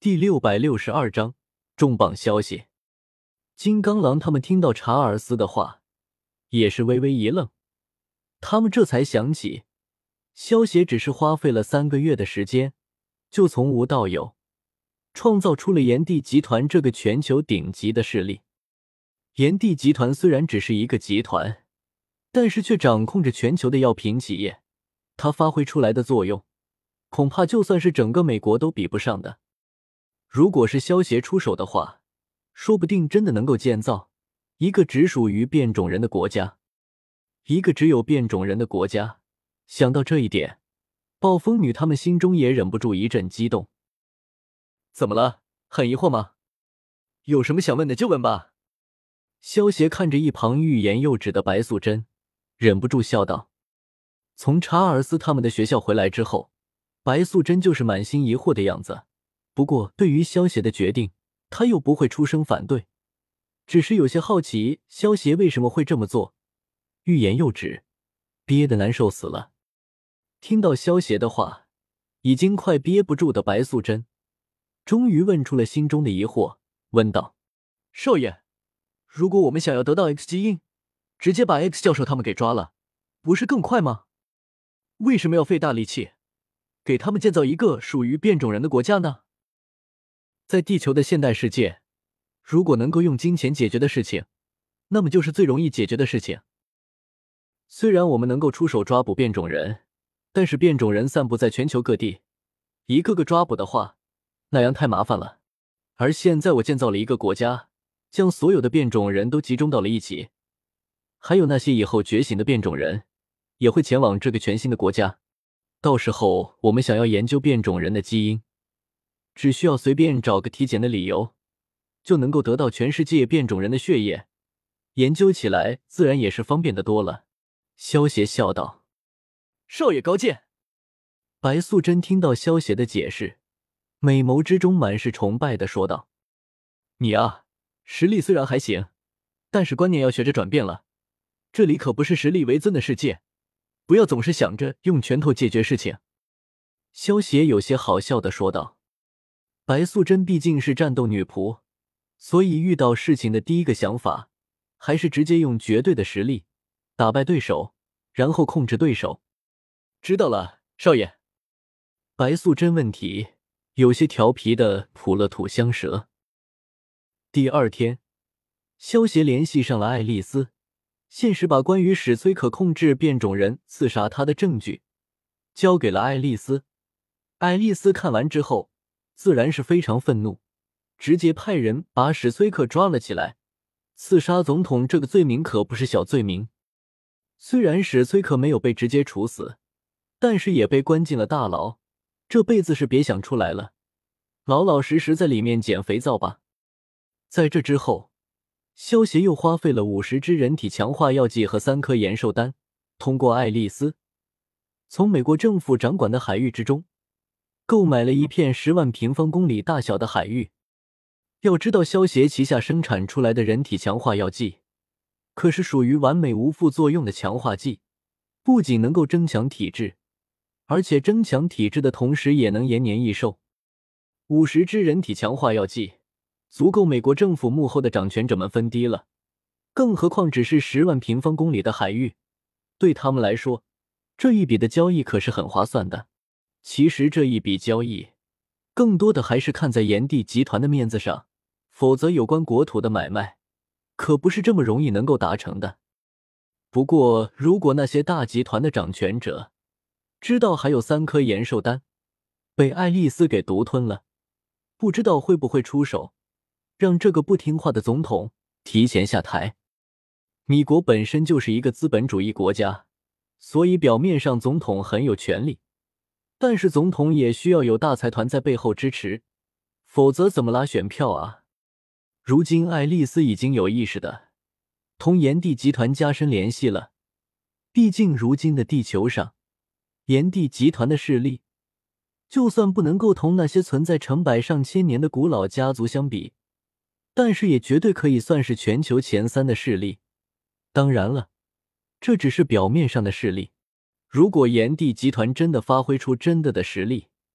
第662章重磅消息。金刚狼他们听到查尔斯的话，也是微微一愣，他们这才想起，萧协只是花费了3个月的时间，就从无到有，创造出了炎帝集团这个全球顶级的势力。炎帝集团虽然只是一个集团，但是却掌控着全球的药品企业，它发挥出来的作用，恐怕就算是整个美国都比不上的。如果是萧协出手的话，说不定真的能够建造一个只属于变种人的国家，一个只有变种人的国家。想到这一点，暴风女他们心中也忍不住一阵激动。怎么了？很疑惑吗？有什么想问的就问吧。萧协看着一旁欲言又止的白素贞，忍不住笑道。从查尔斯他们的学校回来之后，白素贞就是满心疑惑的样子。不过对于萧协的决定，他又不会出声反对，只是有些好奇萧协为什么会这么做。欲言又止，憋得难受死了。听到萧协的话，已经快憋不住的白素贞终于问出了心中的疑惑，问道：少爷，如果我们想要得到 X 基因，直接把 X 教授他们给抓了，不是更快吗？为什么要费大力气给他们建造一个属于变种人的国家呢？在地球的现代世界，如果能够用金钱解决的事情，那么就是最容易解决的事情。虽然我们能够出手抓捕变种人，但是变种人散布在全球各地，一个个抓捕的话，那样太麻烦了。而现在我建造了一个国家，将所有的变种人都集中到了一起，还有那些以后觉醒的变种人，也会前往这个全新的国家。到时候我们想要研究变种人的基因，只需要随便找个体检的理由，就能够得到全世界变种人的血液，研究起来自然也是方便得多了。萧协笑道。少爷高见。白素贞听到萧协的解释，美眸之中满是崇拜地说道：你啊，实力虽然还行，但是观念要学着转变了，这里可不是实力为尊的世界，不要总是想着用拳头解决事情。萧协有些好笑地说道。白素贞毕竟是战斗女仆，所以遇到事情的第一个想法还是直接用绝对的实力打败对手，然后控制对手。知道了，少爷。白素贞问题有些调皮的吐了吐香舌。第二天，萧协联系上了爱丽丝，现实把关于史崔可控制变种人刺杀他的证据交给了爱丽丝。爱丽丝看完之后自然是非常愤怒，直接派人把史崔克抓了起来。刺杀总统这个罪名可不是小罪名，虽然史崔克没有被直接处死，但是也被关进了大牢，这辈子是别想出来了，老老实实在里面捡肥皂吧。在这之后，萧协又花费了50支人体强化药剂和3颗延寿丹，通过爱丽丝从美国政府掌管的海域之中购买了一片10万平方公里大小的海域。要知道萧协旗下生产出来的人体强化药剂可是属于完美无副作用的强化剂，不仅能够增强体质，而且增强体质的同时也能延年益寿。50支人体强化药剂足够美国政府幕后的掌权者们分低了，更何况只是10万平方公里的海域，对他们来说，这一笔的交易可是很划算的。其实这一笔交易更多的还是看在炎帝集团的面子上，否则有关国土的买卖可不是这么容易能够达成的。不过如果那些大集团的掌权者知道还有3颗延寿丹被爱丽丝给独吞了，不知道会不会出手让这个不听话的总统提前下台。米国本身就是一个资本主义国家，所以表面上总统很有权力，但是总统也需要有大财团在背后支持，否则怎么拉选票啊？如今爱丽丝已经有意识的同炎帝集团加深联系了，毕竟如今的地球上，炎帝集团的势力就算不能够同那些存在成百上千年的古老家族相比，但是也绝对可以算是全球前3的势力。当然了，这只是表面上的势力，如果炎帝集团真的发挥出真的实力，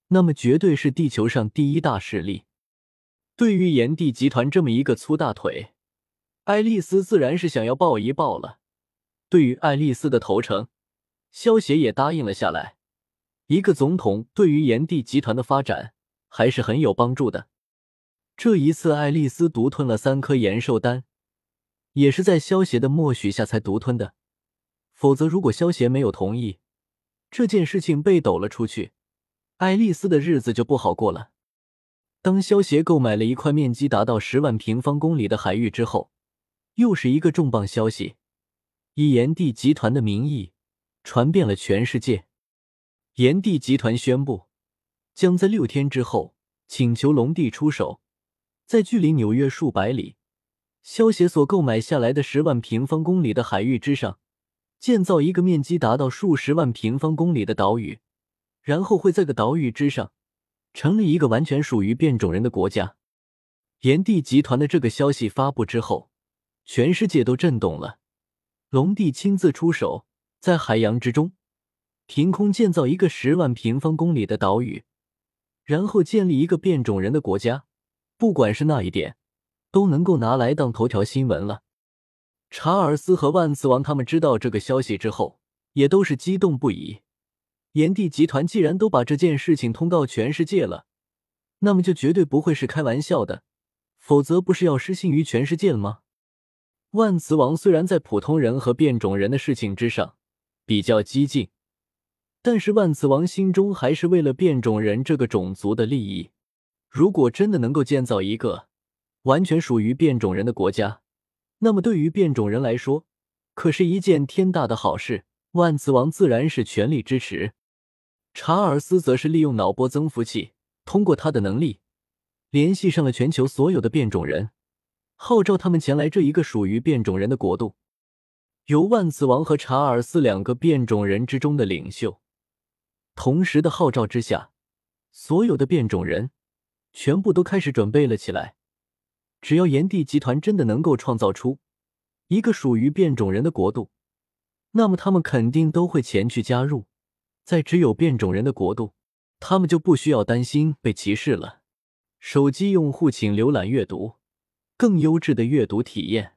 那么绝对是地球上第一大势力。对于炎帝集团这么一个粗大腿，爱丽丝自然是想要抱一抱了。对于爱丽丝的投诚，萧协也答应了下来。一个总统对于炎帝集团的发展还是很有帮助的。这一次爱丽丝独吞了3颗延寿丹，也是在萧协的默许下才独吞的，否则如果萧协没有同意，这件事情被抖了出去，爱丽丝的日子就不好过了。当萧协购买了一块面积达到10万平方公里的海域之后，又是一个重磅消息，以炎帝集团的名义传遍了全世界。炎帝集团宣布，将在6天之后请求龙帝出手，在距离纽约数百里，萧协所购买下来的10万平方公里的海域之上，建造一个面积达到数十万平方公里的岛屿，然后会在个岛屿之上成立一个完全属于变种人的国家。炎帝集团的这个消息发布之后，全世界都震动了。龙帝亲自出手，在海洋之中凭空建造一个10万平方公里的岛屿，然后建立一个变种人的国家，不管是那一点，都能够拿来当头条新闻了。查尔斯和万磁王他们知道这个消息之后，也都是激动不已。炎帝集团既然都把这件事情通告全世界了，那么就绝对不会是开玩笑的，否则不是要失信于全世界了吗？万磁王虽然在普通人和变种人的事情之上比较激进，但是万磁王心中还是为了变种人这个种族的利益。如果真的能够建造一个完全属于变种人的国家，那么对于变种人来说可是一件天大的好事，万磁王自然是全力支持。查尔斯则是利用脑波增幅器，通过他的能力联系上了全球所有的变种人，号召他们前来这一个属于变种人的国度。由万磁王和查尔斯2个变种人之中的领袖同时的号召之下，所有的变种人全部都开始准备了起来。只要炎帝集团真的能够创造出一个属于变种人的国度，那么他们肯定都会前去加入。在只有变种人的国度，他们就不需要担心被歧视了。手机用户请浏览阅读，更优质的阅读体验。